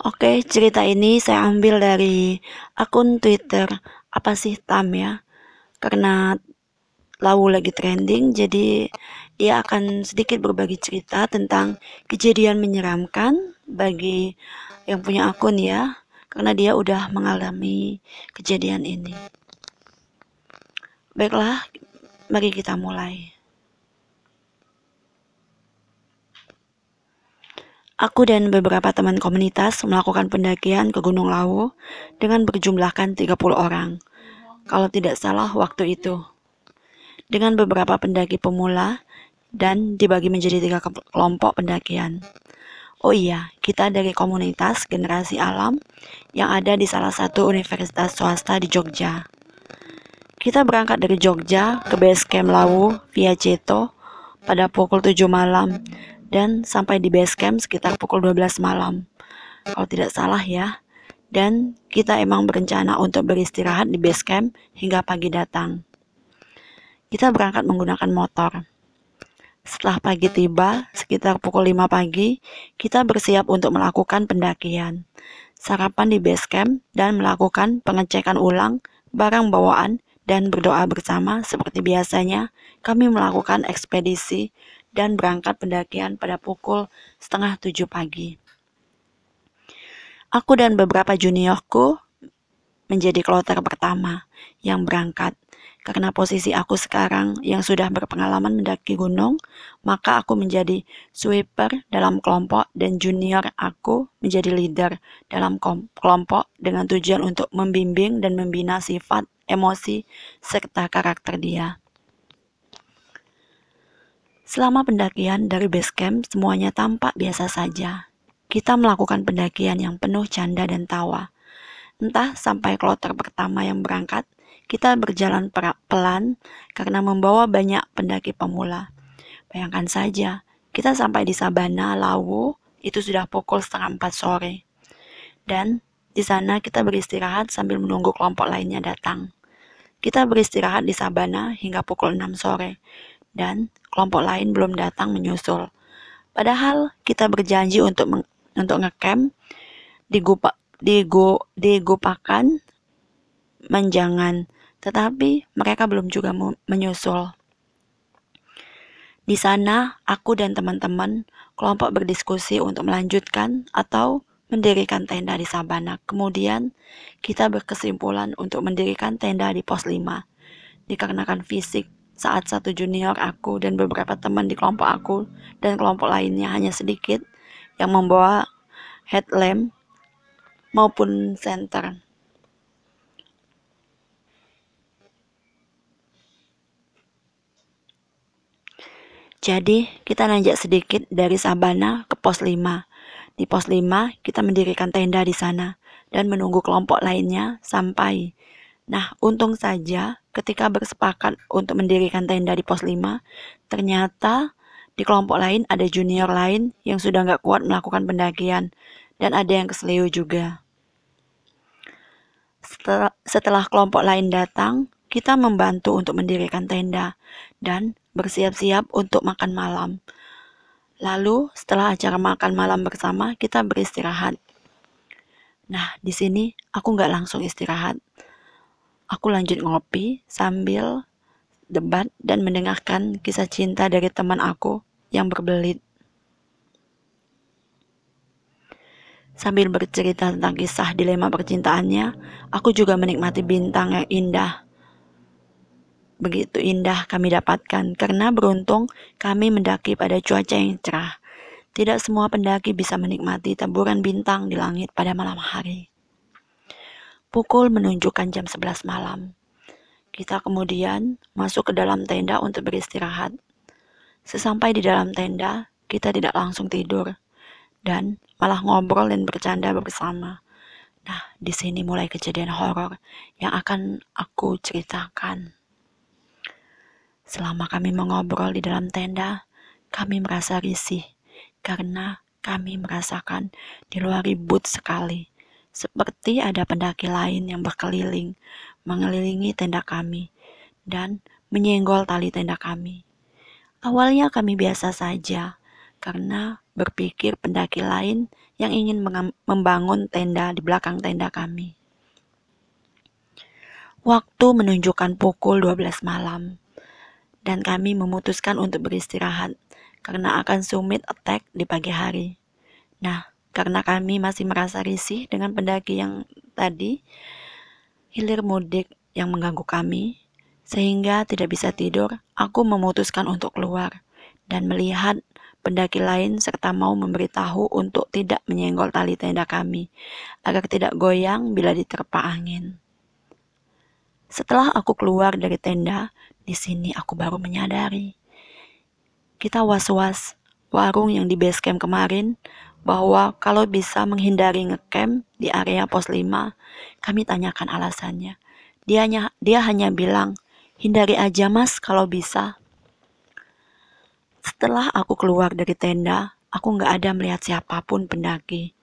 Oke, cerita ini saya ambil dari akun Twitter apa sih Tam ya. Karena Lawu lagi trending, jadi ia akan sedikit berbagi cerita tentang kejadian menyeramkan bagi yang punya akun ya, karena dia udah mengalami kejadian ini. Baiklah, mari kita mulai. Aku dan beberapa teman komunitas melakukan pendakian ke Gunung Lawu dengan berjumlahkan 30 orang. Kalau tidak salah waktu itu. Dengan beberapa pendaki pemula dan dibagi menjadi 3 kelompok pendakian. Oh iya, kita dari komunitas Generasi Alam yang ada di salah satu universitas swasta di Jogja. Kita berangkat dari Jogja ke base camp Lawu via Ceto pada pukul 7 malam dan sampai di base camp sekitar pukul 12 malam. Kalau tidak salah ya. Dan kita emang berencana untuk beristirahat di base camp hingga pagi datang. Kita berangkat menggunakan motor. Setelah pagi tiba, sekitar pukul 5 pagi, kita bersiap untuk melakukan pendakian. Sarapan di base camp dan melakukan pengecekan ulang barang bawaan dan berdoa bersama seperti biasanya kami melakukan ekspedisi dan berangkat pendakian pada pukul setengah 7 pagi. Aku dan beberapa juniorku menjadi kloter pertama yang berangkat. Karena posisi aku sekarang yang sudah berpengalaman mendaki gunung, maka aku menjadi sweeper dalam kelompok dan junior aku menjadi leader dalam kelompok dengan tujuan untuk membimbing dan membina sifat, emosi, serta karakter dia. Selama pendakian dari base camp, semuanya tampak biasa saja. Kita melakukan pendakian yang penuh canda dan tawa. Entah sampai kloter pertama yang berangkat, kita berjalan pelan karena membawa banyak pendaki pemula. Bayangkan saja, kita sampai di Sabana, Lawu, itu sudah pukul setengah 4 sore. Dan di sana kita beristirahat sambil menunggu kelompok lainnya datang. Kita beristirahat di Sabana hingga pukul 6 sore. Dan kelompok lain belum datang menyusul. Padahal kita berjanji untuk ngecamp di Gupakan Menjangan, tetapi mereka belum juga menyusul. Di sana, aku dan teman-teman kelompok berdiskusi untuk melanjutkan atau mendirikan tenda di Sabana. Kemudian, kita berkesimpulan untuk mendirikan tenda di pos 5. Dikarenakan fisik saat satu junior aku dan beberapa teman di kelompok aku dan kelompok lainnya hanya sedikit yang membawa headlamp maupun senter. Jadi, kita nanjak sedikit dari Sabana ke pos 5. Di pos 5, kita mendirikan tenda di sana dan menunggu kelompok lainnya sampai. Nah, untung saja ketika bersepakat untuk mendirikan tenda di pos 5, ternyata di kelompok lain ada junior lain yang sudah nggak kuat melakukan pendakian dan ada yang keselio juga. Setelah kelompok lain datang, kita membantu untuk mendirikan tenda dan bersiap-siap untuk makan malam. Lalu setelah acara makan malam bersama, kita beristirahat. Nah, di sini aku nggak langsung istirahat. Aku lanjut ngopi sambil debat dan mendengarkan kisah cinta dari teman aku yang berbelit. Sambil bercerita tentang kisah dilema percintaannya, aku juga menikmati bintang yang indah. Begitu indah kami dapatkan karena beruntung kami mendaki pada cuaca yang cerah. Tidak semua pendaki bisa menikmati taburan bintang di langit pada malam hari. Pukul menunjukkan jam 11 malam. Kita kemudian masuk ke dalam tenda untuk beristirahat. Sesampai di dalam tenda, kita tidak langsung tidur dan malah ngobrol dan bercanda bersama. Nah, di sini mulai kejadian horor yang akan aku ceritakan. Selama kami mengobrol di dalam tenda, kami merasa risih karena kami merasakan di luar ribut sekali. Seperti ada pendaki lain yang berkeliling, mengelilingi tenda kami, dan menyenggol tali tenda kami. Awalnya kami biasa saja, karena berpikir pendaki lain yang ingin membangun tenda di belakang tenda kami. Waktu menunjukkan pukul 12 malam, dan kami memutuskan untuk beristirahat karena akan summit attack di pagi hari. Nah, karena kami masih merasa risih dengan pendaki yang tadi, hilir mudik yang mengganggu kami, sehingga tidak bisa tidur, aku memutuskan untuk keluar dan melihat pendaki lain serta mau memberitahu untuk tidak menyenggol tali tenda kami, agar tidak goyang bila diterpa angin. Setelah aku keluar dari tenda, di sini aku baru menyadari. Kita was-was warung yang di base camp kemarin, bahwa kalau bisa menghindari ngecamp di area pos 5, kami tanyakan alasannya. Dia hanya bilang, hindari aja mas kalau bisa. Setelah aku keluar dari tenda, aku gak ada melihat siapapun pendaki.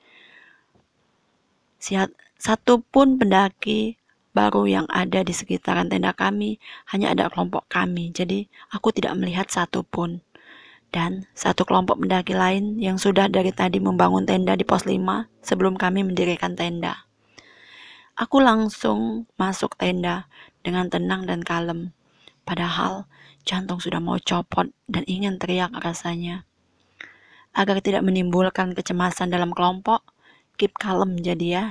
Satu pun pendaki baru yang ada di sekitaran tenda kami, hanya ada kelompok kami, jadi aku tidak melihat satu pun. Dan satu kelompok pendaki lain yang sudah dari tadi membangun tenda di pos 5 sebelum kami mendirikan tenda. Aku langsung masuk tenda dengan tenang dan kalem. Padahal jantung sudah mau copot dan ingin teriak rasanya. Agar tidak menimbulkan kecemasan dalam kelompok, keep kalem jadi ya.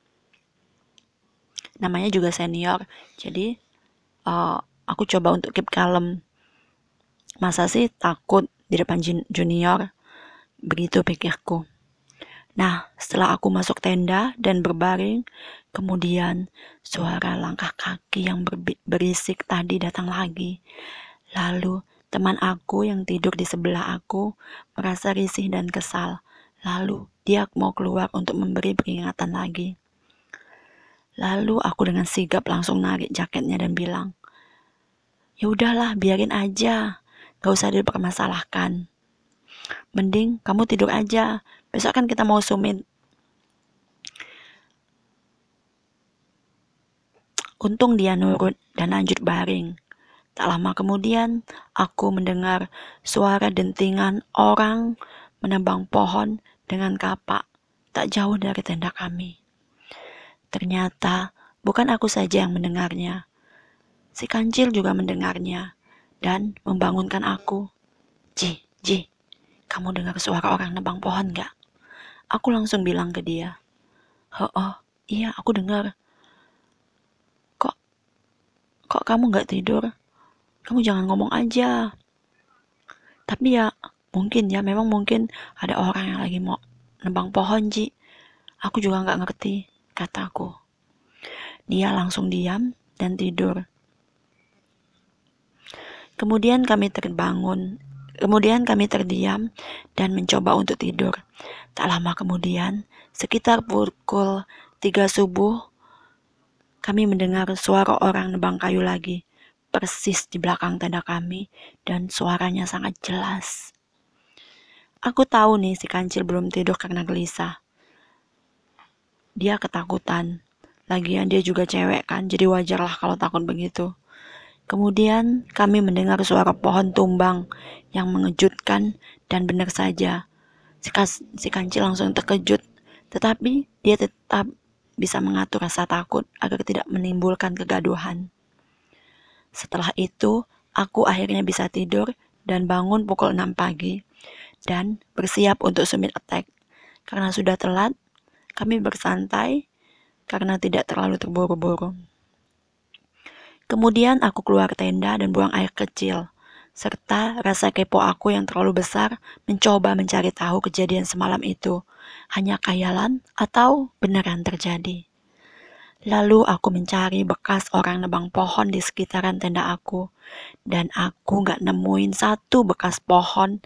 Namanya juga senior, jadi aku coba untuk keep kalem. Masa sih takut di depan junior? Begitu pikirku. Nah, setelah aku masuk tenda dan berbaring, kemudian suara langkah kaki yang berisik tadi datang lagi. Lalu teman aku yang tidur di sebelah aku merasa risih dan kesal. Lalu dia mau keluar untuk memberi peringatan lagi. Lalu aku dengan sigap langsung narik jaketnya dan bilang, ya udahlah, biarin aja, gak usah dipermasalahkan. Mending kamu tidur aja, besok kan kita mau summit. Untung dia nurut dan lanjut baring. Tak lama kemudian, aku mendengar suara dentingan orang menebang pohon dengan kapak tak jauh dari tenda kami. Ternyata bukan aku saja yang mendengarnya. Si kancil juga mendengarnya dan membangunkan aku. Ji, kamu dengar suara orang nebang pohon gak? Aku langsung bilang ke dia, oh, iya aku dengar. Kok kamu gak tidur? Kamu jangan ngomong aja. Tapi ya memang mungkin ada orang yang lagi mau nebang pohon, Ji. Aku juga gak ngerti, kataku. Dia langsung diam dan tidur. Kemudian kami terdiam dan mencoba untuk tidur. Tak lama kemudian, sekitar pukul 3 subuh, kami mendengar suara orang nebang kayu lagi, persis di belakang tenda kami, dan suaranya sangat jelas. Aku tahu nih si kancil belum tidur karena gelisah. Dia ketakutan. Lagian dia juga cewek kan, jadi wajarlah kalau takut begitu. Kemudian kami mendengar suara pohon tumbang yang mengejutkan, dan benar saja, si kancil langsung terkejut, tetapi dia tetap bisa mengatur rasa takut agar tidak menimbulkan kegaduhan. Setelah itu, aku akhirnya bisa tidur dan bangun pukul 6 pagi dan bersiap untuk summit attack. Karena sudah telat, kami bersantai karena tidak terlalu terburu-buru. Kemudian aku keluar tenda dan buang air kecil, serta rasa kepo aku yang terlalu besar mencoba mencari tahu kejadian semalam itu hanya khayalan atau beneran terjadi. Lalu aku mencari bekas orang nebang pohon di sekitaran tenda aku, dan aku gak nemuin satu bekas pohon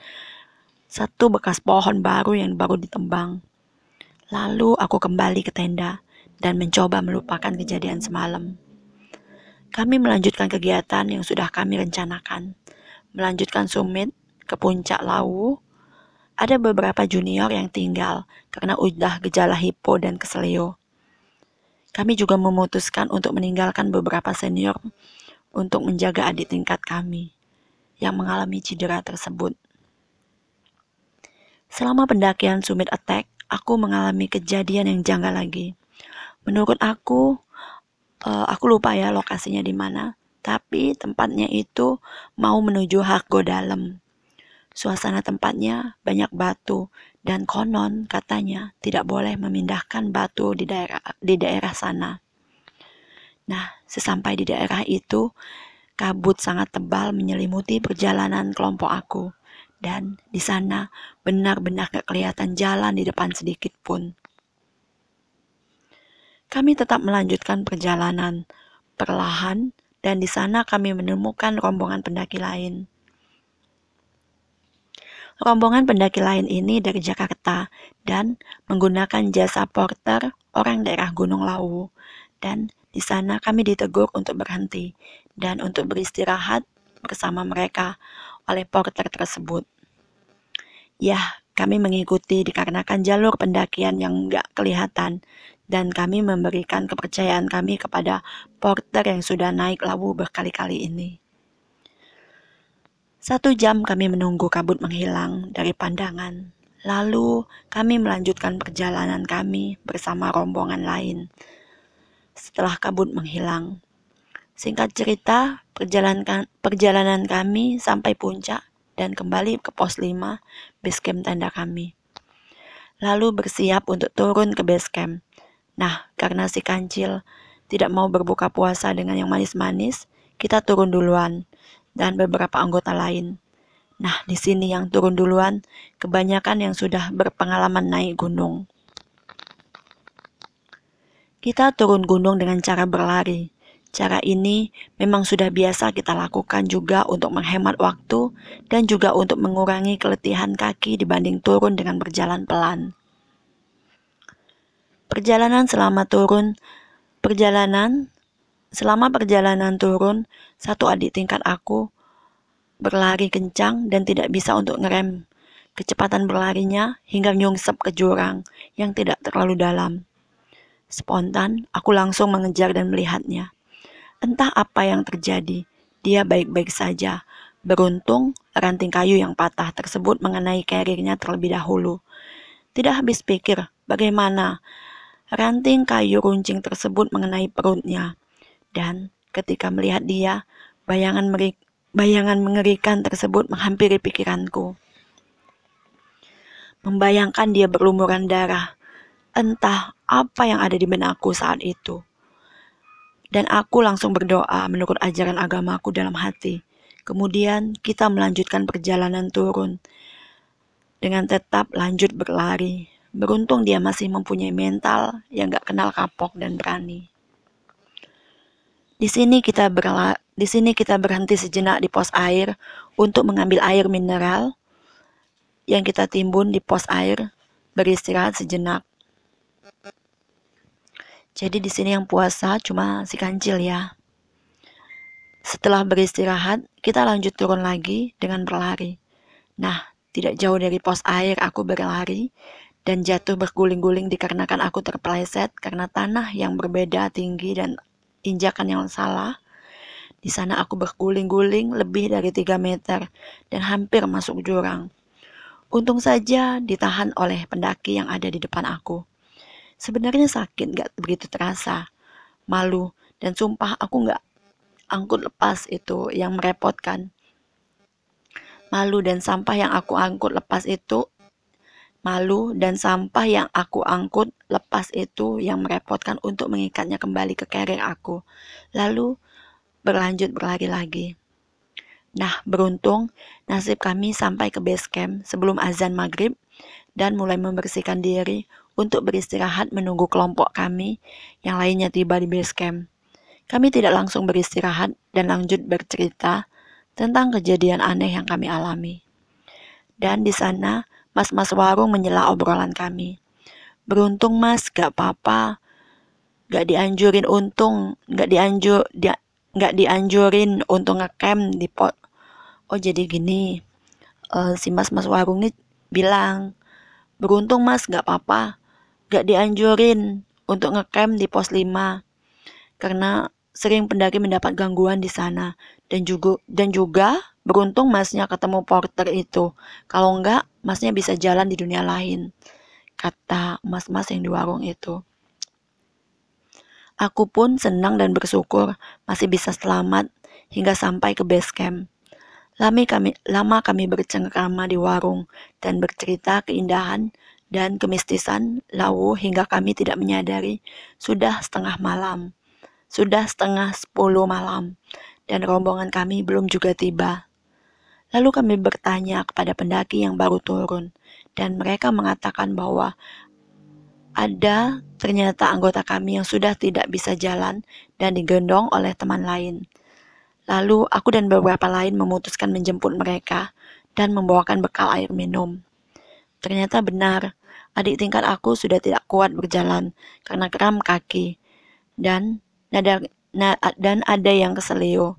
baru yang baru ditebang. Lalu aku kembali ke tenda dan mencoba melupakan kejadian semalam. Kami melanjutkan kegiatan yang sudah kami rencanakan. Melanjutkan summit ke puncak Lawu. Ada beberapa junior yang tinggal karena udah gejala hipo dan keselio. Kami juga memutuskan untuk meninggalkan beberapa senior untuk menjaga adik tingkat kami yang mengalami cedera tersebut. Selama pendakian Summit Attack, aku mengalami kejadian yang janggal lagi. Menurut aku lupa ya lokasinya di mana, tapi tempatnya itu mau menuju Hargo Dalam. Suasana tempatnya banyak batu dan konon katanya tidak boleh memindahkan batu di daerah sana. Nah, sesampai di daerah itu, kabut sangat tebal menyelimuti perjalanan kelompok aku. Dan di sana benar-benar gak kelihatan jalan di depan sedikit pun. Kami tetap melanjutkan perjalanan perlahan dan di sana kami menemukan rombongan pendaki lain. Rombongan pendaki lain ini dari Jakarta dan menggunakan jasa porter orang daerah Gunung Lawu. Dan di sana kami ditegur untuk berhenti dan untuk beristirahat bersama mereka oleh porter tersebut. Ya, kami mengikuti dikarenakan jalur pendakian yang nggak kelihatan dan kami memberikan kepercayaan kami kepada porter yang sudah naik Lawu berkali-kali ini. 1 jam kami menunggu kabut menghilang dari pandangan. Lalu kami melanjutkan perjalanan kami bersama rombongan lain. Setelah kabut menghilang, singkat cerita, perjalanan kami sampai puncak dan kembali ke pos 5 base camp tenda kami. Lalu bersiap untuk turun ke base camp. Nah, karena si kancil tidak mau berbuka puasa dengan yang manis-manis, kita turun duluan dan beberapa anggota lain. Nah, di sini yang turun duluan kebanyakan yang sudah berpengalaman naik gunung. Kita turun gunung dengan cara berlari. Cara ini memang sudah biasa kita lakukan juga untuk menghemat waktu dan juga untuk mengurangi keletihan kaki dibanding turun dengan berjalan pelan. Selama perjalanan turun, satu adik tingkat aku berlari kencang dan tidak bisa untuk ngerem kecepatan berlarinya hingga nyungsep ke jurang yang tidak terlalu dalam. Spontan, aku langsung mengejar dan melihatnya. Entah apa yang terjadi, dia baik-baik saja. Beruntung, ranting kayu yang patah tersebut mengenai karirnya terlebih dahulu. Tidak habis pikir bagaimana ranting kayu runcing tersebut mengenai perutnya. Dan ketika melihat dia, bayangan mengerikan tersebut menghampiri pikiranku. Membayangkan dia berlumuran darah. Entah apa yang ada di benakku saat itu. Dan aku langsung berdoa menurut ajaran agamaku dalam hati. Kemudian kita melanjutkan perjalanan turun dengan tetap lanjut berlari. Beruntung dia masih mempunyai mental yang gak kenal kapok dan berani. Di sini kita berhenti sejenak di pos air untuk mengambil air mineral yang kita timbun di pos air, beristirahat sejenak. Jadi di sini yang puasa cuma si kancil ya. Setelah beristirahat, kita lanjut turun lagi dengan berlari. Nah, tidak jauh dari pos air aku berlari dan jatuh berguling-guling dikarenakan aku terpeleset karena tanah yang berbeda tinggi dan injakan yang salah. Di sana aku berguling-guling lebih dari 3 meter dan hampir masuk jurang. Untung saja ditahan oleh pendaki yang ada di depan aku. Sebenarnya sakit, gak begitu terasa. Malu, dan sumpah aku gak angkut lepas itu yang merepotkan. Malu dan sampah yang aku angkut lepas itu yang merepotkan untuk mengikatnya kembali ke carrier aku. Lalu berlanjut berlari lagi. Nah, beruntung nasib kami sampai ke base camp sebelum azan maghrib dan mulai membersihkan diri untuk beristirahat menunggu kelompok kami yang lainnya tiba di base camp. Kami tidak langsung beristirahat dan lanjut bercerita tentang kejadian aneh yang kami alami. Dan di sana, mas-mas warung menyela obrolan kami. Beruntung mas, gak apa-apa. Gak dianjurin untuk ngecamp di pot. Oh jadi gini, si mas-mas warung ini bilang, beruntung mas, gak apa-apa. Gak dianjurin untuk ngecamp di pos 5 karena sering pendaki mendapat gangguan di sana dan juga Beruntung masnya ketemu porter itu. Kalau enggak, masnya bisa jalan di dunia lain, kata mas-mas yang di warung itu. Aku pun senang dan bersyukur masih bisa selamat hingga sampai ke base camp. Lama kami bercengkrama di warung dan bercerita keindahan dan kemistisan Lawu hingga kami tidak menyadari sudah setengah 10 malam dan rombongan kami belum juga tiba. Lalu kami bertanya kepada pendaki yang baru turun dan mereka mengatakan bahwa ada ternyata anggota kami yang sudah tidak bisa jalan dan digendong oleh teman lain. Lalu aku dan beberapa lain memutuskan menjemput mereka dan membawakan bekal air minum. Ternyata benar, adik tingkat aku sudah tidak kuat berjalan karena kram kaki dan ada yang keselio.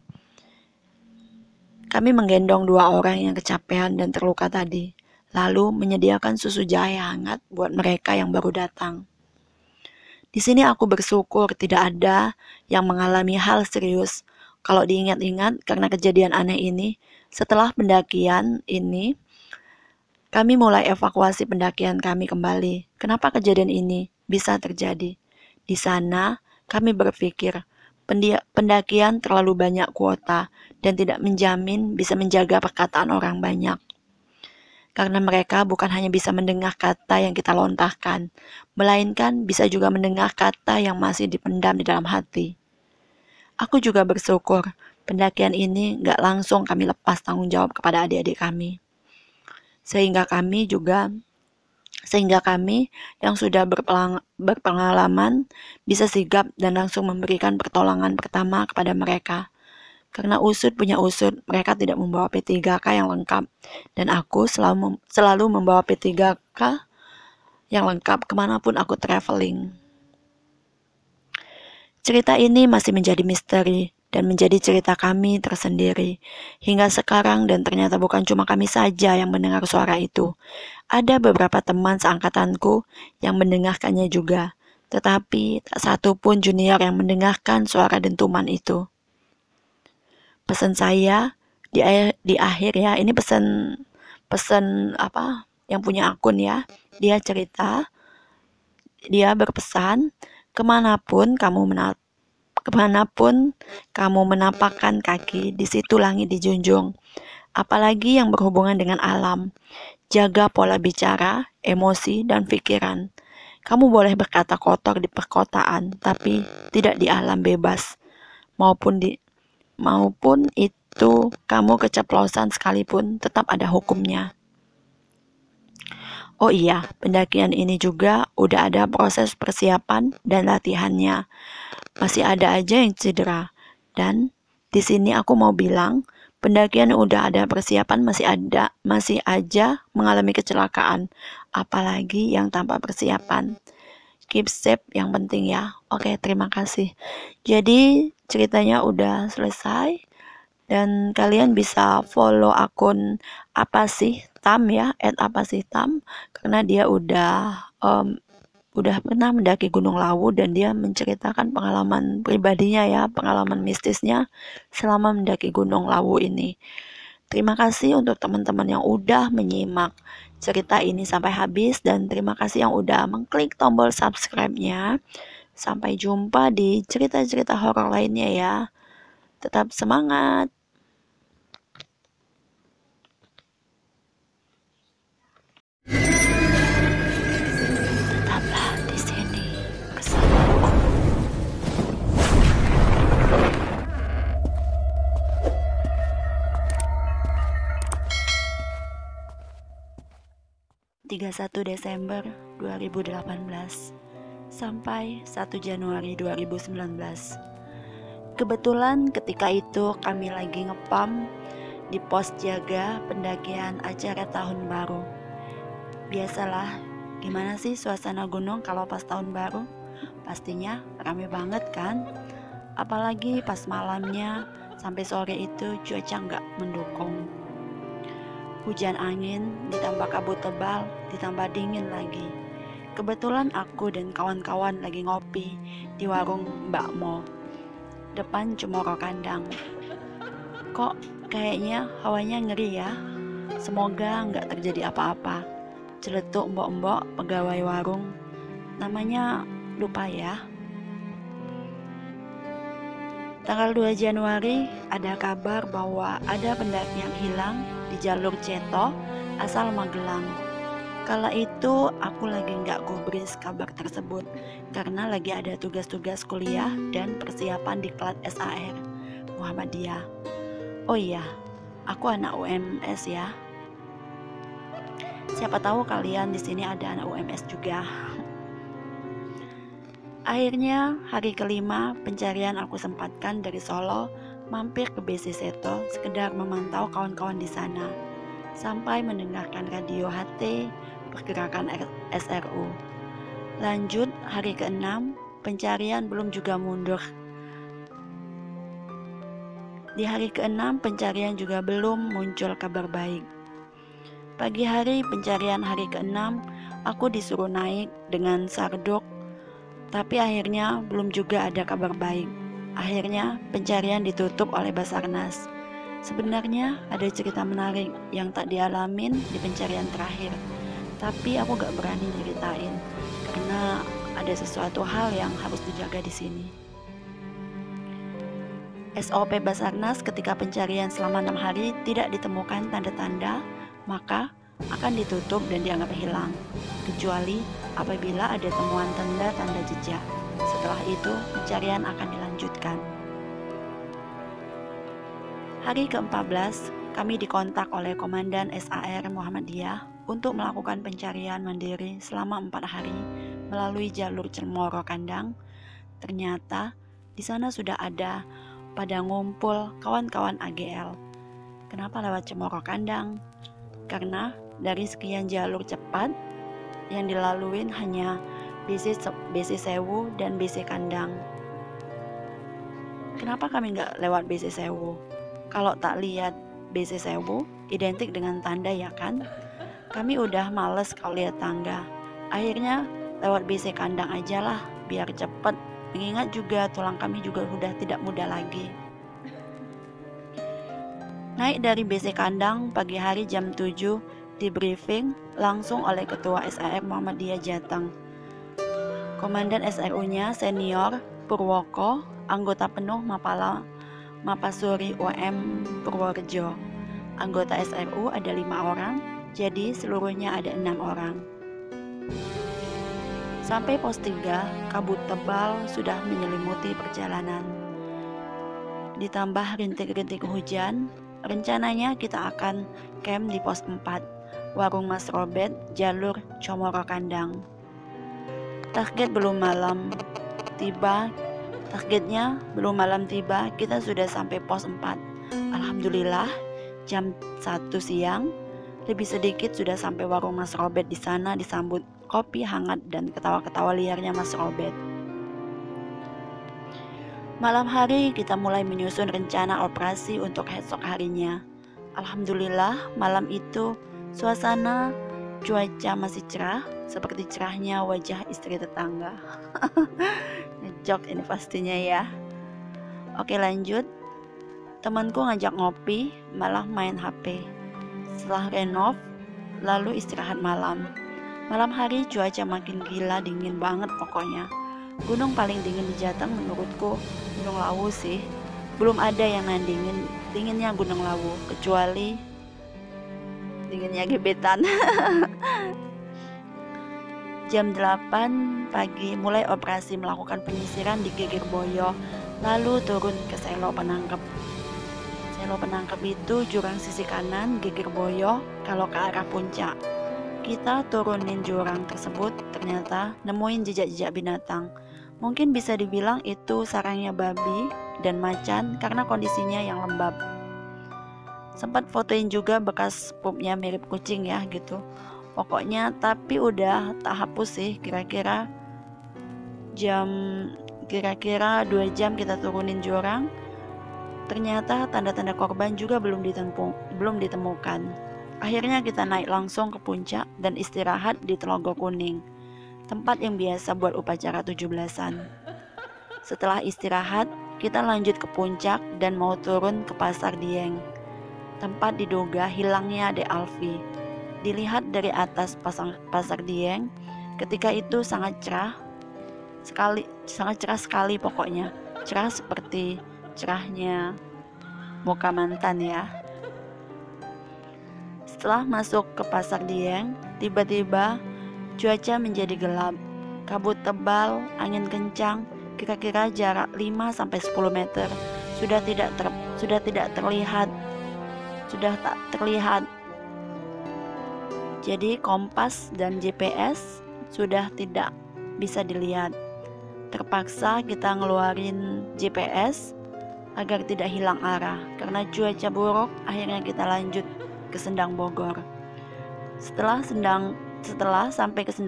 Kami menggendong 2 orang yang kecapean dan terluka tadi, lalu menyediakan susu jahe hangat buat mereka yang baru datang. Di sini aku bersyukur tidak ada yang mengalami hal serius. Kalau diingat-ingat karena kejadian aneh ini, setelah pendakian ini, kami mulai evakuasi pendakian kami kembali. Kenapa kejadian ini bisa terjadi? Di sana, kami berpikir, pendakian terlalu banyak kuota dan tidak menjamin bisa menjaga perkataan orang banyak. Karena mereka bukan hanya bisa mendengar kata yang kita lontarkan, melainkan bisa juga mendengar kata yang masih dipendam di dalam hati. Aku juga bersyukur pendakian ini gak langsung kami lepas tanggung jawab kepada adik-adik kami. Sehingga kami yang sudah berpengalaman bisa sigap dan langsung memberikan pertolongan pertama kepada mereka. Karena usut punya usut, mereka tidak membawa P3K yang lengkap. Dan aku selalu membawa P3K yang lengkap kemanapun aku traveling. Cerita ini masih menjadi misteri dan menjadi cerita kami tersendiri hingga sekarang, dan ternyata bukan cuma kami saja yang mendengar suara itu. Ada beberapa teman seangkatanku yang mendengarkannya juga, tetapi tak satu pun junior yang mendengarkan suara dentuman itu. Pesan saya di akhir ya, ini pesan apa yang punya akun ya. Dia cerita, dia berpesan, kemanapun kamu menapakkan kaki, di situ langit dijunjung. Apalagi yang berhubungan dengan alam. Jaga pola bicara, emosi, dan pikiran. Kamu boleh berkata kotor di perkotaan, tapi tidak di alam bebas. Maupun itu kamu keceplosan sekalipun, tetap ada hukumnya. Oh iya, pendakian ini juga udah ada proses persiapan dan latihannya. Masih ada aja yang cedera. Dan di sini aku mau bilang, pendakian udah ada persiapan masih aja mengalami kecelakaan. Apalagi yang tanpa persiapan. Keep safe yang penting ya. Oke, terima kasih. Jadi ceritanya udah selesai. Dan kalian bisa follow akun apa sih Tam ya, @apasihtam, karena dia udah pernah mendaki Gunung Lawu dan dia menceritakan pengalaman pribadinya ya, pengalaman mistisnya selama mendaki Gunung Lawu ini. Terima kasih untuk teman-teman yang udah menyimak cerita ini sampai habis, dan terima kasih yang udah mengklik tombol subscribe-nya. Sampai jumpa di cerita-cerita horor lainnya ya. Tetap semangat. Tetaplah di sini bersamaku. Desember 2018 sampai 1 Januari 2019. Kebetulan ketika itu kami lagi ngepam di pos jaga pendakian acara tahun baru. Biasalah, gimana sih suasana gunung kalau pas tahun baru? Pastinya rame banget kan? Apalagi pas malamnya sampai sore itu cuaca nggak mendukung. Hujan angin, ditambah kabut tebal, ditambah dingin lagi. Kebetulan aku dan kawan-kawan lagi ngopi di warung Mbak Mo, depan Cemoro Kandang. Kok Kayaknya hawanya ngeri ya. Semoga nggak terjadi apa-apa. Celetuk mbok-mbok pegawai warung. Namanya lupa ya. Tanggal 2 Januari ada kabar bahwa ada pendaki yang hilang di jalur Ceto asal Magelang. Kala itu aku lagi nggak gubris kabar tersebut karena lagi ada tugas-tugas kuliah dan persiapan diklat SAR Muhammadiyah. Oh iya, aku anak UMS ya. Siapa tahu kalian di sini ada anak UMS juga. Akhirnya hari kelima pencarian aku sempatkan dari Solo mampir ke BC Seto sekedar memantau kawan-kawan di sana sampai mendengarkan radio HT pergerakan SRU. Lanjut hari ke-6 pencarian belum juga mundur. Di hari ke-6 pencarian juga belum muncul kabar baik. Pagi hari pencarian hari ke-6 aku disuruh naik dengan sarduk, tapi akhirnya belum juga ada kabar baik. Akhirnya pencarian ditutup oleh Basarnas. Sebenarnya ada cerita menarik yang tak dialamin di pencarian terakhir, tapi aku gak berani ceritain karena ada sesuatu hal yang harus dijaga di sini. SOP Basarnas ketika pencarian selama 6 hari tidak ditemukan tanda-tanda, maka akan ditutup dan dianggap hilang, kecuali apabila ada temuan tanda-tanda jejak. Setelah itu, pencarian akan dilanjutkan. Hari ke-14, kami dikontak oleh Komandan SAR Muhammadiyah untuk melakukan pencarian mandiri selama 4 hari melalui jalur Cemoro Kandang. Ternyata di sana sudah ada pada ngumpul kawan-kawan AGL. Kenapa lewat Cemoro Kandang? Karena dari sekian jalur cepat yang dilaluin hanya BC Sewu dan BC Kandang. Kenapa kami nggak lewat BC Sewu? Kalau tak lihat BC Sewu identik dengan tanda ya kan? Kami udah males kalau lihat tangga. Akhirnya lewat BC Kandang aja lah biar cepet. Mengingat juga tulang kami juga sudah tidak muda lagi. Naik dari BC Kandang pagi hari jam 7 di briefing langsung oleh Ketua SAR Muhammadiyah Jateng. Komandan SRU-nya senior Purwoko, anggota penuh Mapasuri UM Purworejo. Anggota SRU ada 5 orang, jadi seluruhnya ada 6 orang. Sampai pos 3, kabut tebal sudah menyelimuti perjalanan. Ditambah rintik-rintik hujan, rencananya kita akan camp di pos 4, Warung Mas Robert, jalur Comoro Kandang. Targetnya belum malam tiba, kita sudah sampai pos 4. Alhamdulillah, jam 1 siang, lebih sedikit sudah sampai Warung Mas Robert. Di sana disambut kopi hangat dan ketawa-ketawa liarnya Mas Robert. Malam hari kita mulai menyusun rencana operasi untuk esok harinya. Alhamdulillah malam itu suasana cuaca masih cerah, seperti cerahnya wajah istri tetangga. Ngejok ini pastinya ya. Oke lanjut. Temanku ngajak ngopi, malah main HP. Setelah renov, lalu istirahat malam. Malam hari cuaca makin gila, dingin banget pokoknya. Gunung paling dingin di Jateng menurutku Gunung Lawu sih. Belum ada yang nandingin dinginnya Gunung Lawu, kecuali dinginnya gebetan. Jam 8 pagi mulai operasi melakukan penyisiran di Gegirboyo, lalu turun ke Selo Penangkep. Selo Penangkep itu jurang sisi kanan Gegirboyo kalau ke arah puncak. Kita turunin jurang tersebut, ternyata nemuin jejak-jejak binatang. Mungkin bisa dibilang itu sarangnya babi dan macan karena kondisinya yang lembab. Sempat fotoin juga bekas pupnya mirip kucing ya gitu. Pokoknya tapi udah tak hapus sih, kira-kira 2 jam kita turunin jurang. Ternyata tanda-tanda korban juga belum ditemukan. Akhirnya kita naik langsung ke puncak dan istirahat di Telogo Kuning, tempat yang biasa buat upacara 17-an. Setelah istirahat, kita lanjut ke puncak dan mau turun ke Pasar Dieng. tempat diduga hilangnya Dek Alfi. Dilihat dari atas pasar Dieng, ketika itu sangat cerah sekali pokoknya. Cerah seperti cerahnya muka mantan ya. Setelah masuk ke pasar Dieng, tiba-tiba cuaca menjadi gelap. Kabut tebal, angin kencang, kira-kira jarak 5-10 meter sudah tak terlihat. Jadi kompas dan GPS sudah tidak bisa dilihat. Terpaksa kita ngeluarin GPS agar tidak hilang arah. Karena cuaca buruk, akhirnya kita lanjut ke Sendang Bogor. Setelah sampai ke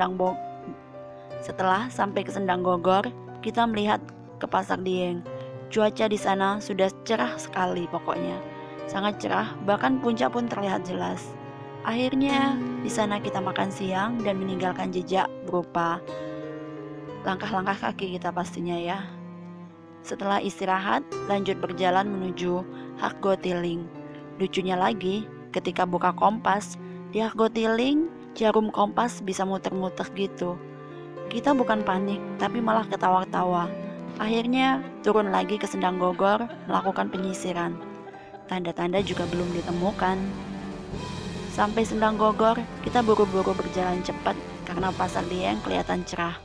Sendang Bogor, kita melihat ke pasar Dieng. Cuaca di sana sudah cerah sekali pokoknya. Sangat cerah, bahkan puncak pun terlihat jelas. Akhirnya di sana kita makan siang dan meninggalkan jejak berupa langkah-langkah kaki kita pastinya ya. Setelah istirahat, lanjut berjalan menuju Hargo Tiling. Lucunya lagi, ketika buka kompas, di Hargo Tiling jarum kompas bisa muter-muter gitu. Kita bukan panik, tapi malah ketawa-ketawa. Akhirnya turun lagi ke Sendang Bogor melakukan penyisiran. Tanda-tanda juga belum ditemukan. Sampai Sendang Bogor, kita buru-buru berjalan cepat karena pasar Dieng kelihatan cerah.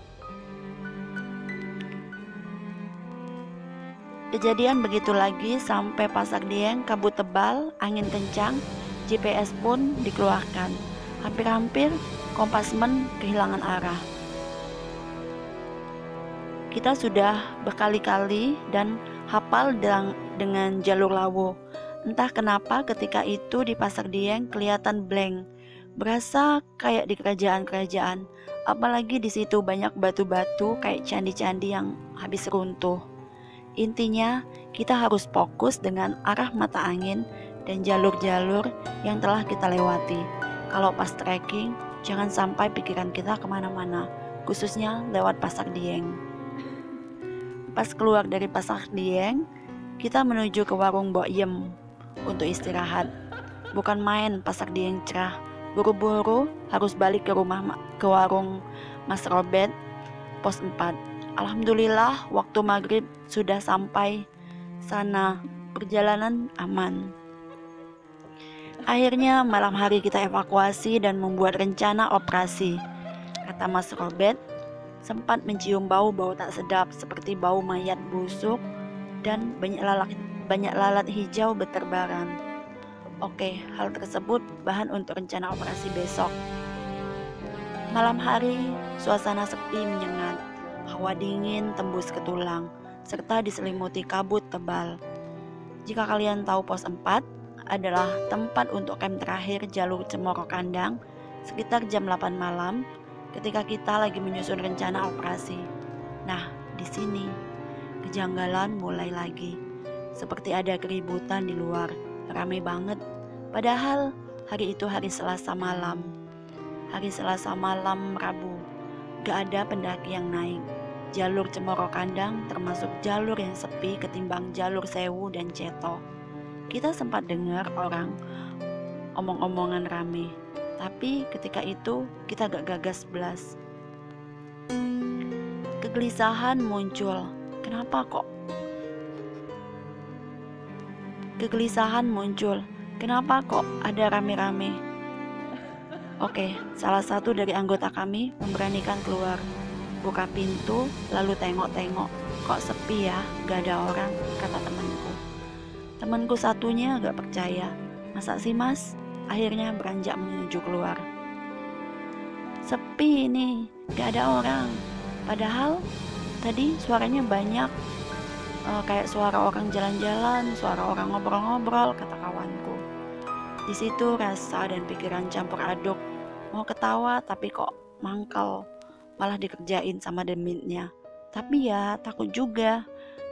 Kejadian begitu lagi sampai pasar Dieng, kabut tebal, angin kencang, GPS pun dikeluarkan. Hampir-hampir kompasmen kehilangan arah. Kita sudah berkali-kali dan hafal dengan jalur Lawu. Entah kenapa ketika itu di pasar Dieng kelihatan blank, berasa kayak di kerajaan-kerajaan. Apalagi di situ banyak batu-batu kayak candi-candi yang habis runtuh. Intinya kita harus fokus dengan arah mata angin dan jalur-jalur yang telah kita lewati. Kalau pas trekking, jangan sampai pikiran kita kemana-mana, khususnya lewat pasar Dieng. Pas keluar dari pasar Dieng, kita menuju ke warung Mbok Yem untuk istirahat. Bukan main pasar Dieng cerah. Buru-buru harus balik ke warung Mas Robert, pos 4. Alhamdulillah waktu maghrib sudah sampai sana. Perjalanan aman. Akhirnya malam hari kita evakuasi dan membuat rencana operasi. Kata Mas Robert, sempat mencium bau-bau tak sedap seperti bau mayat busuk dan banyak lalat hijau berterbaran. Oke, hal tersebut bahan untuk rencana operasi besok. Malam hari, suasana sepi menyengat, hawa dingin tembus ke tulang, serta diselimuti kabut tebal. Jika kalian tahu pos 4 adalah tempat untuk camp terakhir jalur Cemoro Kandang sekitar jam 8 malam, ketika kita lagi menyusun rencana operasi. Nah, di sini kejanggalan mulai lagi. Seperti ada keributan di luar, ramai banget. Padahal hari itu hari Selasa malam. Hari Selasa malam Rabu. Gak ada pendaki yang naik. Jalur Cemoro Kandang termasuk jalur yang sepi ketimbang jalur Sewu dan Ceto. Kita sempat dengar orang omong-omongan rame. Tapi ketika itu kita gak gagas belas. Kegelisahan muncul. Kenapa kok ada rame-rame? Oke, salah satu dari anggota kami memberanikan keluar. Buka pintu lalu tengok-tengok. Kok sepi ya, gak ada orang, kata temanku. Temanku satunya gak percaya. Masa sih mas? Akhirnya beranjak menuju keluar. Sepi ini, gak ada orang. Padahal tadi suaranya banyak, kayak suara orang jalan-jalan, suara orang ngobrol-ngobrol, kata kawanku. Di situ rasa dan pikiran campur aduk. Mau ketawa tapi kok mangkel, malah dikerjain sama demitnya. Tapi ya takut juga.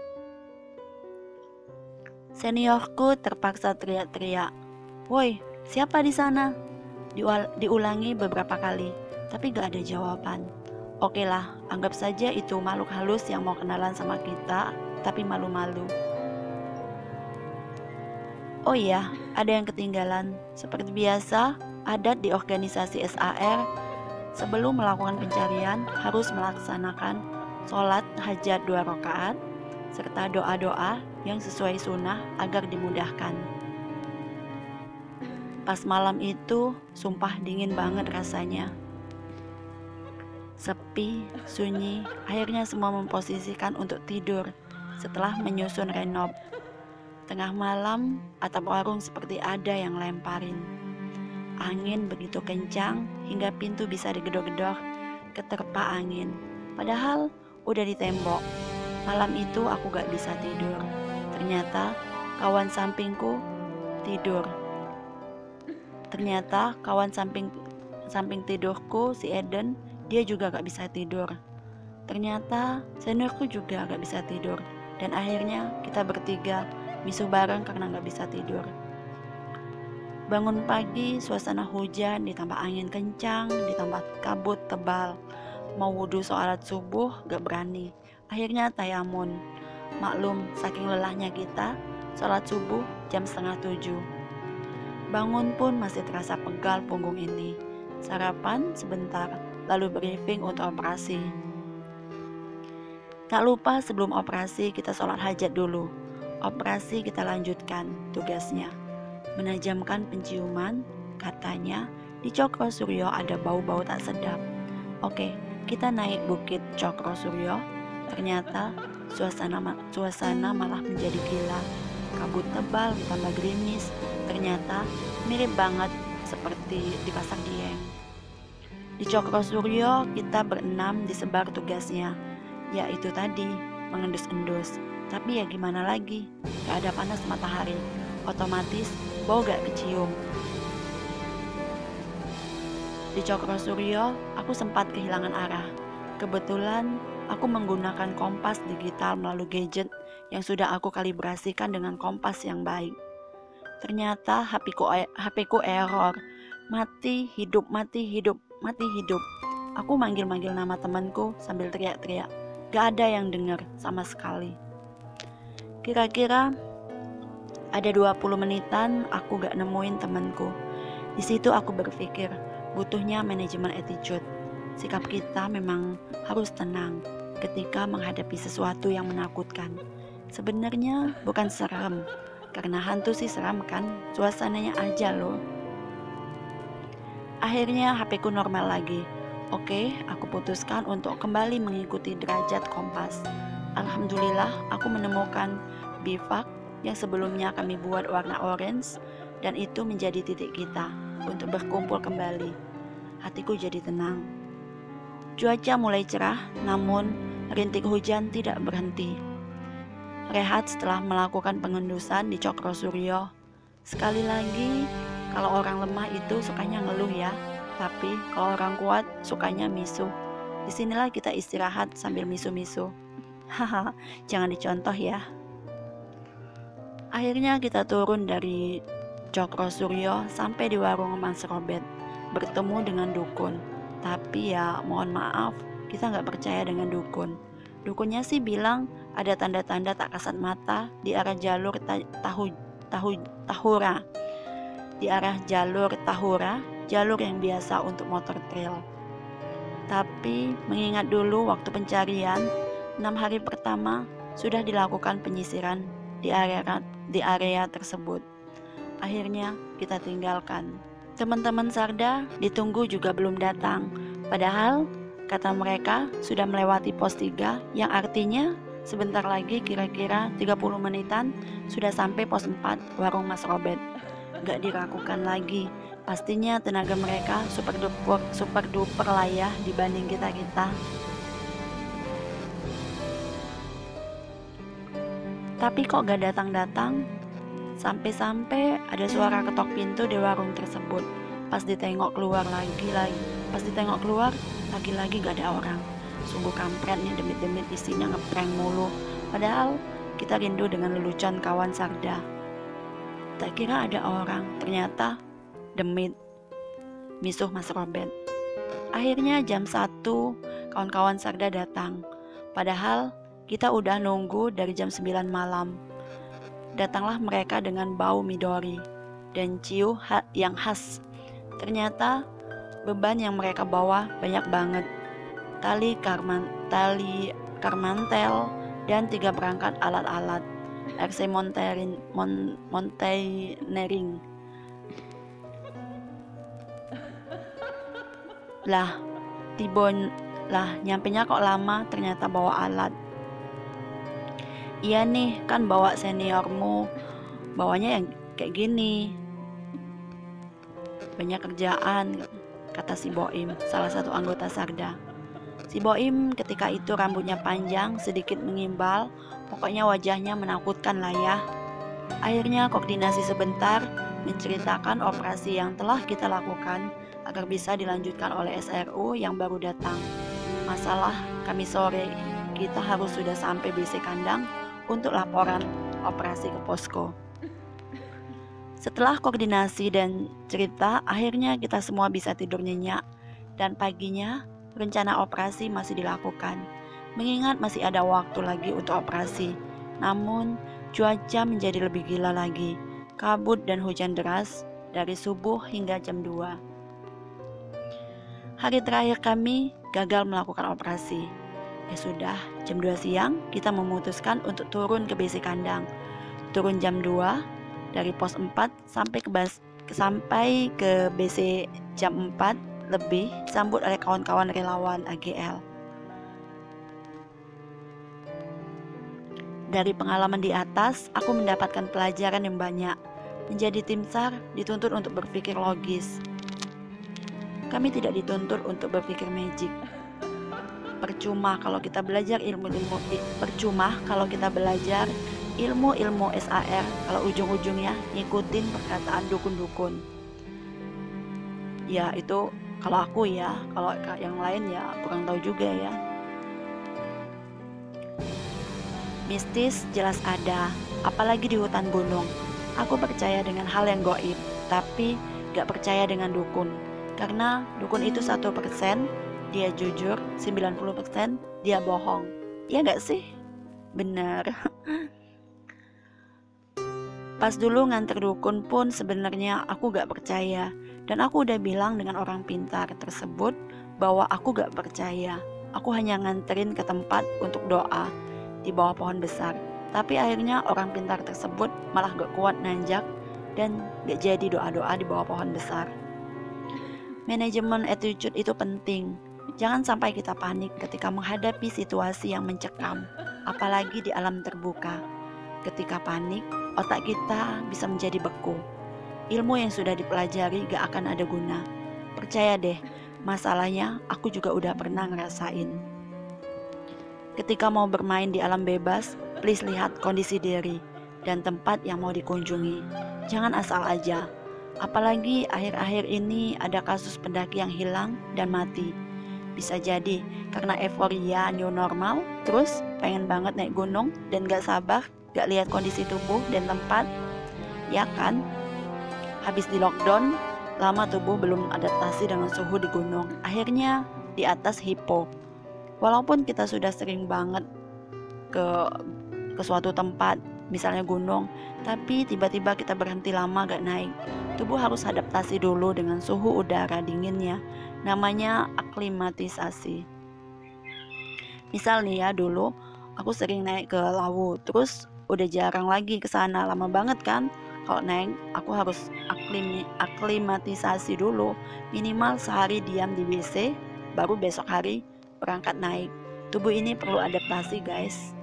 Seniorku terpaksa teriak-teriak, "Woi, siapa di sana?" Diulangi beberapa kali, tapi gak ada jawaban. Oke lah, anggap saja itu makhluk halus yang mau kenalan sama kita, tapi malu-malu. Oh iya, ada yang ketinggalan. Seperti biasa, adat di organisasi SAR, sebelum melakukan pencarian harus melaksanakan sholat hajat 2 rakaat serta doa-doa yang sesuai sunnah agar dimudahkan. Pas malam itu, sumpah dingin banget rasanya. Sepi, sunyi, akhirnya semua memposisikan untuk tidur setelah menyusun renov. Tengah malam, atap warung seperti ada yang lemparin. Angin begitu kencang hingga pintu bisa digedor-gedor keterpa angin. Padahal udah di tembok. Malam itu aku gak bisa tidur. Ternyata kawan sampingku tidur. Ternyata kawan samping tidurku, si Eden, dia juga gak bisa tidur. Ternyata seniorku juga gak bisa tidur. Dan akhirnya kita bertiga misuh bareng karena gak bisa tidur. Bangun pagi, suasana hujan ditambah angin kencang, ditambah kabut tebal. Mau wudhu sholat subuh gak berani. Akhirnya tayamun. Maklum, saking lelahnya kita, sholat subuh jam 6:30. Bangun pun masih terasa pegal punggung ini. Sarapan sebentar, lalu briefing untuk operasi. Tak lupa sebelum operasi kita sholat hajat dulu. Operasi kita lanjutkan tugasnya. Menajamkan penciuman, katanya di Cokro Suryo ada bau-bau tak sedap. Oke, kita naik bukit Cokro Suryo. Ternyata suasana malah menjadi gila. Kabut tebal ditambah gerimis. Ternyata mirip banget seperti di Pasar Dieng. Di Cokro Suryo kita berenam disebar tugasnya, yaitu tadi mengendus-endus. Tapi ya gimana lagi, gak ada panas matahari, otomatis bau gak kecium. Di Cokro Suryo aku sempat kehilangan arah. Kebetulan aku menggunakan kompas digital melalui gadget yang sudah aku kalibrasikan dengan kompas yang baik. Ternyata HP ku error. Mati, hidup, mati, hidup, mati, hidup. Aku manggil-manggil nama temanku sambil teriak-teriak. Gak ada yang dengar sama sekali. Kira-kira ada 20 menitan aku gak nemuin temanku. Di situ aku berpikir, butuhnya manajemen attitude. Sikap kita memang harus tenang ketika menghadapi sesuatu yang menakutkan. Sebenarnya bukan serem, karena hantu sih seram kan, suasananya aja loh. Akhirnya HP ku normal lagi. Oke, aku putuskan untuk kembali mengikuti derajat kompas. Alhamdulillah aku menemukan bivak yang sebelumnya kami buat warna orange, dan itu menjadi titik kita untuk berkumpul kembali. Hatiku jadi tenang. Cuaca mulai cerah, namun rintik hujan tidak berhenti. Rehat setelah melakukan pengendusan di Cokro Suryo. Sekali lagi, kalau orang lemah itu sukanya ngeluh ya, tapi kalau orang kuat sukanya misuh. Disinilah kita istirahat sambil misuh-misuh. Haha, jangan dicontoh ya. Akhirnya kita turun dari Cokro Suryo sampai di warung Mas Robert, bertemu dengan dukun. Tapi ya mohon maaf, kita nggak percaya dengan dukun. Dukunnya sih bilang ada tanda-tanda tak kasat mata di arah jalur Tahura. Di arah jalur Tahura, jalur yang biasa untuk motor trail. Tapi mengingat dulu waktu pencarian, 6 hari pertama sudah dilakukan penyisiran di area tersebut. Akhirnya kita tinggalkan. Teman-teman Sarda ditunggu juga belum datang. Padahal kata mereka sudah melewati pos 3, yang artinya sebentar lagi kira-kira 30 menitan sudah sampai pos 4 warung Mas Robert. Gak diragukan lagi, pastinya tenaga mereka super duper lah ya dibanding kita. Tapi kok gak datang-datang? Sampai-sampai ada suara ketok pintu di warung tersebut. Pas ditengok keluar lagi gak ada orang. Sungguh kampret nih, demit-demit isinya ngeprank mulu. Padahal kita rindu dengan lelucon kawan Sarda. Tak kira ada orang, ternyata demit misuh Mas Robert. Akhirnya jam 1 kawan-kawan Sarda datang. Padahal kita udah nunggu dari jam 9 malam. Datanglah mereka dengan bau midori. dan ciu yang khas. Ternyata beban yang mereka bawa banyak banget. Tali karmantel dan 3 perangkat alat-alat RC mountaineering. Lah, nyampenya kok lama, ternyata bawa alat. Iya nih, kan bawa seniormu, bawanya yang kayak gini. Banyak kerjaan, kata si Boim, salah satu anggota Sarda. Si Boim ketika itu rambutnya panjang, sedikit mengimbal, pokoknya wajahnya menakutkan lah ya. Akhirnya koordinasi sebentar, menceritakan operasi yang telah kita lakukan agar bisa dilanjutkan oleh SRU yang baru datang. Masalah kami sore, kita harus sudah sampai BC Kandang untuk laporan operasi ke posko. Setelah koordinasi dan cerita, akhirnya kita semua bisa tidur nyenyak. Dan paginya, rencana operasi masih dilakukan. Mengingat masih ada waktu lagi untuk operasi. Namun, cuaca menjadi lebih gila lagi. Kabut dan hujan deras dari subuh hingga jam 2. Hari terakhir kami gagal melakukan operasi. Ya sudah, jam 2 siang kita memutuskan untuk turun ke BC Kandang. Turun jam 2 dari pos 4 sampai ke BC jam 4 lebih, disambut oleh kawan-kawan relawan AGL. Dari pengalaman di atas, aku mendapatkan pelajaran yang banyak. Menjadi tim SAR dituntut untuk berpikir logis. Kami tidak dituntut untuk berpikir magic. Percuma kalau kita belajar ilmu SAR kalau ujung-ujungnya ngikutin perkataan dukun-dukun. Ya itu kalau aku ya, kalau yang lain ya kurang tahu juga ya. Mistis jelas ada, apalagi di hutan gunung. Aku percaya dengan hal yang gaib, tapi gak percaya dengan dukun. Karena dukun itu 1% dia jujur, 90% dia bohong. Iya gak sih? Bener. Pas dulu nganter dukun pun sebenarnya aku gak percaya. Dan aku udah bilang dengan orang pintar tersebut bahwa aku gak percaya. Aku hanya nganterin ke tempat untuk doa di bawah pohon besar. Tapi akhirnya orang pintar tersebut malah gak kuat nanjak dan gak jadi doa-doa di bawah pohon besar. Manajemen attitude itu penting. Jangan sampai kita panik ketika menghadapi situasi yang mencekam, apalagi di alam terbuka. Ketika panik, otak kita bisa menjadi beku. Ilmu yang sudah dipelajari gak akan ada guna. Percaya deh, masalahnya aku juga udah pernah ngerasain. Ketika mau bermain di alam bebas, please lihat kondisi diri dan tempat yang mau dikunjungi. Jangan asal aja. Apalagi akhir-akhir ini ada kasus pendaki yang hilang dan mati. Bisa jadi karena euforia new normal, terus pengen banget naik gunung dan gak sabar, gak lihat kondisi tubuh dan tempat. Ya kan? Habis di lockdown, lama tubuh belum adaptasi dengan suhu di gunung. Akhirnya di atas hipo. Walaupun kita sudah sering banget ke suatu tempat, misalnya gunung, tapi tiba-tiba kita berhenti lama gak naik. Tubuh harus adaptasi dulu dengan suhu udara dinginnya. Namanya aklimatisasi. Misal nih ya, dulu aku sering naik ke Lawu, terus udah jarang lagi ke sana, lama banget kan. Kalau naik aku harus aklimatisasi dulu, minimal sehari diam di WC, baru besok hari berangkat naik. Tubuh ini perlu adaptasi, guys.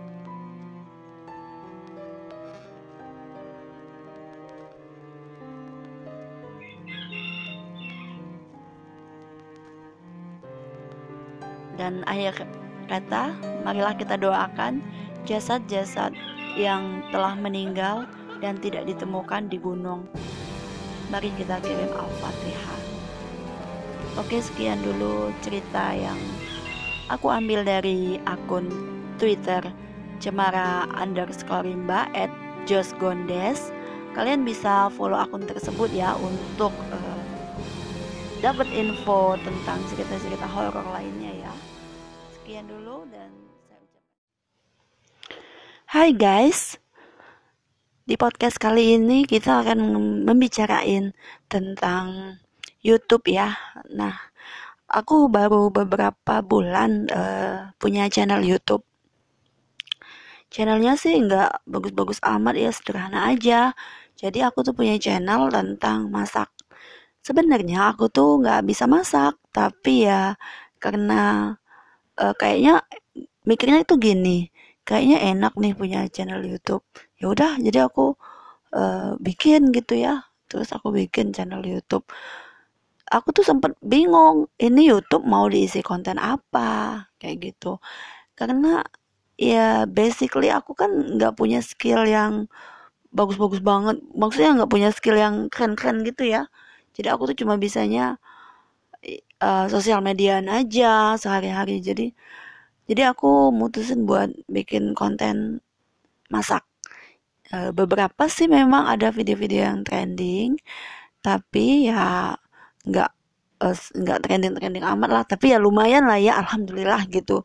Dan akhir kata, marilah kita doakan jasad-jasad yang telah meninggal dan tidak ditemukan di gunung. Mari kita kirim Al-Fatihah. Oke, sekian dulu cerita yang aku ambil dari akun Twitter cemara_rimba @josgondes. Kalian bisa follow akun tersebut ya untuk dapat info tentang cerita-cerita horor lainnya ya. Sekian dulu dan saya ucapkan. Hai guys, Di podcast kali ini kita akan membicarain tentang YouTube ya. Nah, aku baru beberapa bulan punya channel YouTube. Channelnya sih nggak bagus-bagus amat ya, sederhana aja. Jadi aku tuh punya channel tentang masak. Sebenarnya aku tuh nggak bisa masak, tapi ya karena kayaknya mikirnya itu gini, kayaknya enak nih punya channel YouTube. Ya udah, jadi aku bikin gitu ya. Terus aku bikin channel YouTube. Aku tuh sempet bingung, ini YouTube mau diisi konten apa, kayak gitu. Karena ya basically aku kan nggak punya skill yang bagus-bagus banget. Maksudnya nggak punya skill yang keren-keren gitu ya. Jadi aku tuh cuma bisanya sosial mediaan aja sehari-hari. Jadi aku mutusin buat bikin konten masak. Beberapa sih memang ada video-video yang trending, tapi ya nggak nggak trending-trending amat lah. Tapi ya lumayan lah ya, alhamdulillah gitu.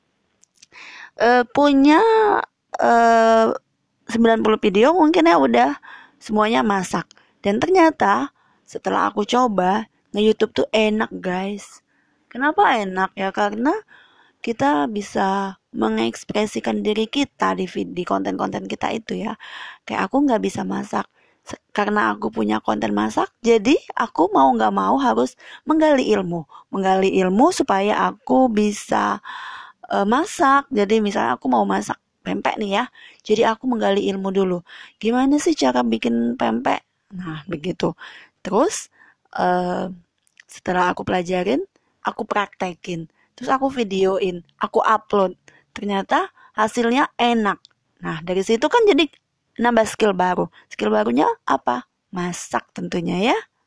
Punya eh, 90 video mungkin ya udah semuanya masak. Dan ternyata setelah aku coba nge-YouTube tuh enak guys. Kenapa enak ya? Karena kita bisa mengekspresikan diri kita di konten-konten kita itu ya. Kayak aku nggak bisa masak. Karena aku punya konten masak, jadi aku mau nggak mau harus menggali ilmu supaya aku bisa masak. Jadi misalnya aku mau masak pempek nih ya, jadi aku menggali ilmu dulu. Gimana sih cara bikin pempek? Nah begitu. Terus eh, setelah aku pelajarin, aku praktekin. Terus aku videoin, aku upload. Ternyata hasilnya enak. Nah, dari situ kan jadi nambah skill baru. Skill barunya apa? Masak tentunya ya.